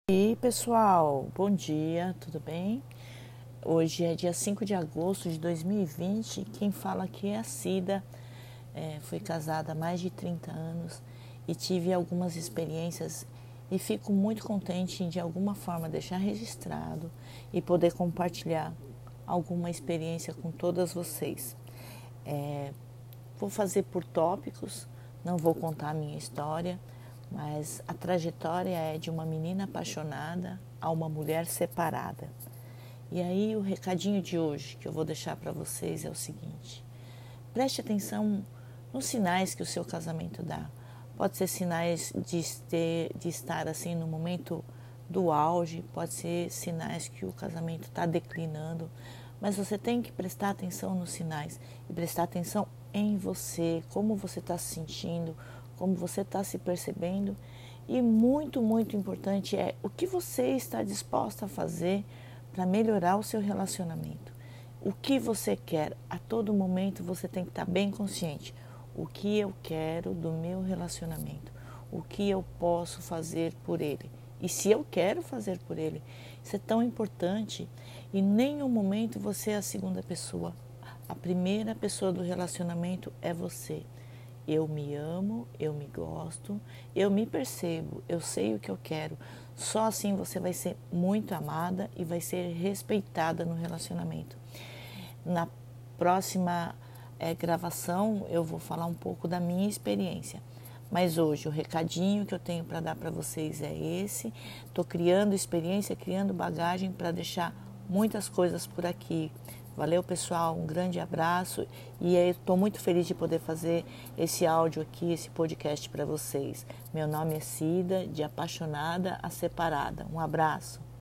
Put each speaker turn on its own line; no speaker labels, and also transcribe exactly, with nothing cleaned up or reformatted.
E aí, pessoal, bom dia, tudo bem? Hoje é dia cinco de agosto de dois mil e vinte. Quem fala aqui é a Cida. É, fui casada há mais de trinta anos e tive algumas experiências e fico muito contente em de alguma forma deixar registrado e poder compartilhar alguma experiência com todas vocês. É, vou fazer por tópicos, não vou contar a minha história, mas a trajetória é de uma menina apaixonada a uma mulher separada. E aí o recadinho de hoje que eu vou deixar para vocês é o seguinte: preste atenção nos sinais que o seu casamento dá. Pode ser sinais de, ter, de estar assim no momento do auge, pode ser sinais que o casamento está declinando, mas você tem que prestar atenção nos sinais e prestar atenção em você, como você está se sentindo, como você está se percebendo, e muito, muito importante é o que você está disposta a fazer para melhorar o seu relacionamento. O que você quer, a todo momento você tem que estar bem consciente. O que eu quero do meu relacionamento, o que eu posso fazer por ele. E se eu quero fazer por ele, isso é tão importante. E em nenhum momento você é a segunda pessoa. A primeira pessoa do relacionamento é você. Eu me amo, eu me gosto, eu me percebo, eu sei o que eu quero. Só assim você vai ser muito amada e vai ser respeitada no relacionamento. Na próxima é, gravação eu vou falar um pouco da minha experiência. Mas hoje o recadinho que eu tenho para dar para vocês é esse. Estou criando experiência, criando bagagem para deixar muitas coisas por aqui. Valeu, pessoal, um grande abraço e estou muito feliz de poder fazer esse áudio aqui, esse podcast para vocês. Meu nome é Cida, de apaixonada a separada. Um abraço.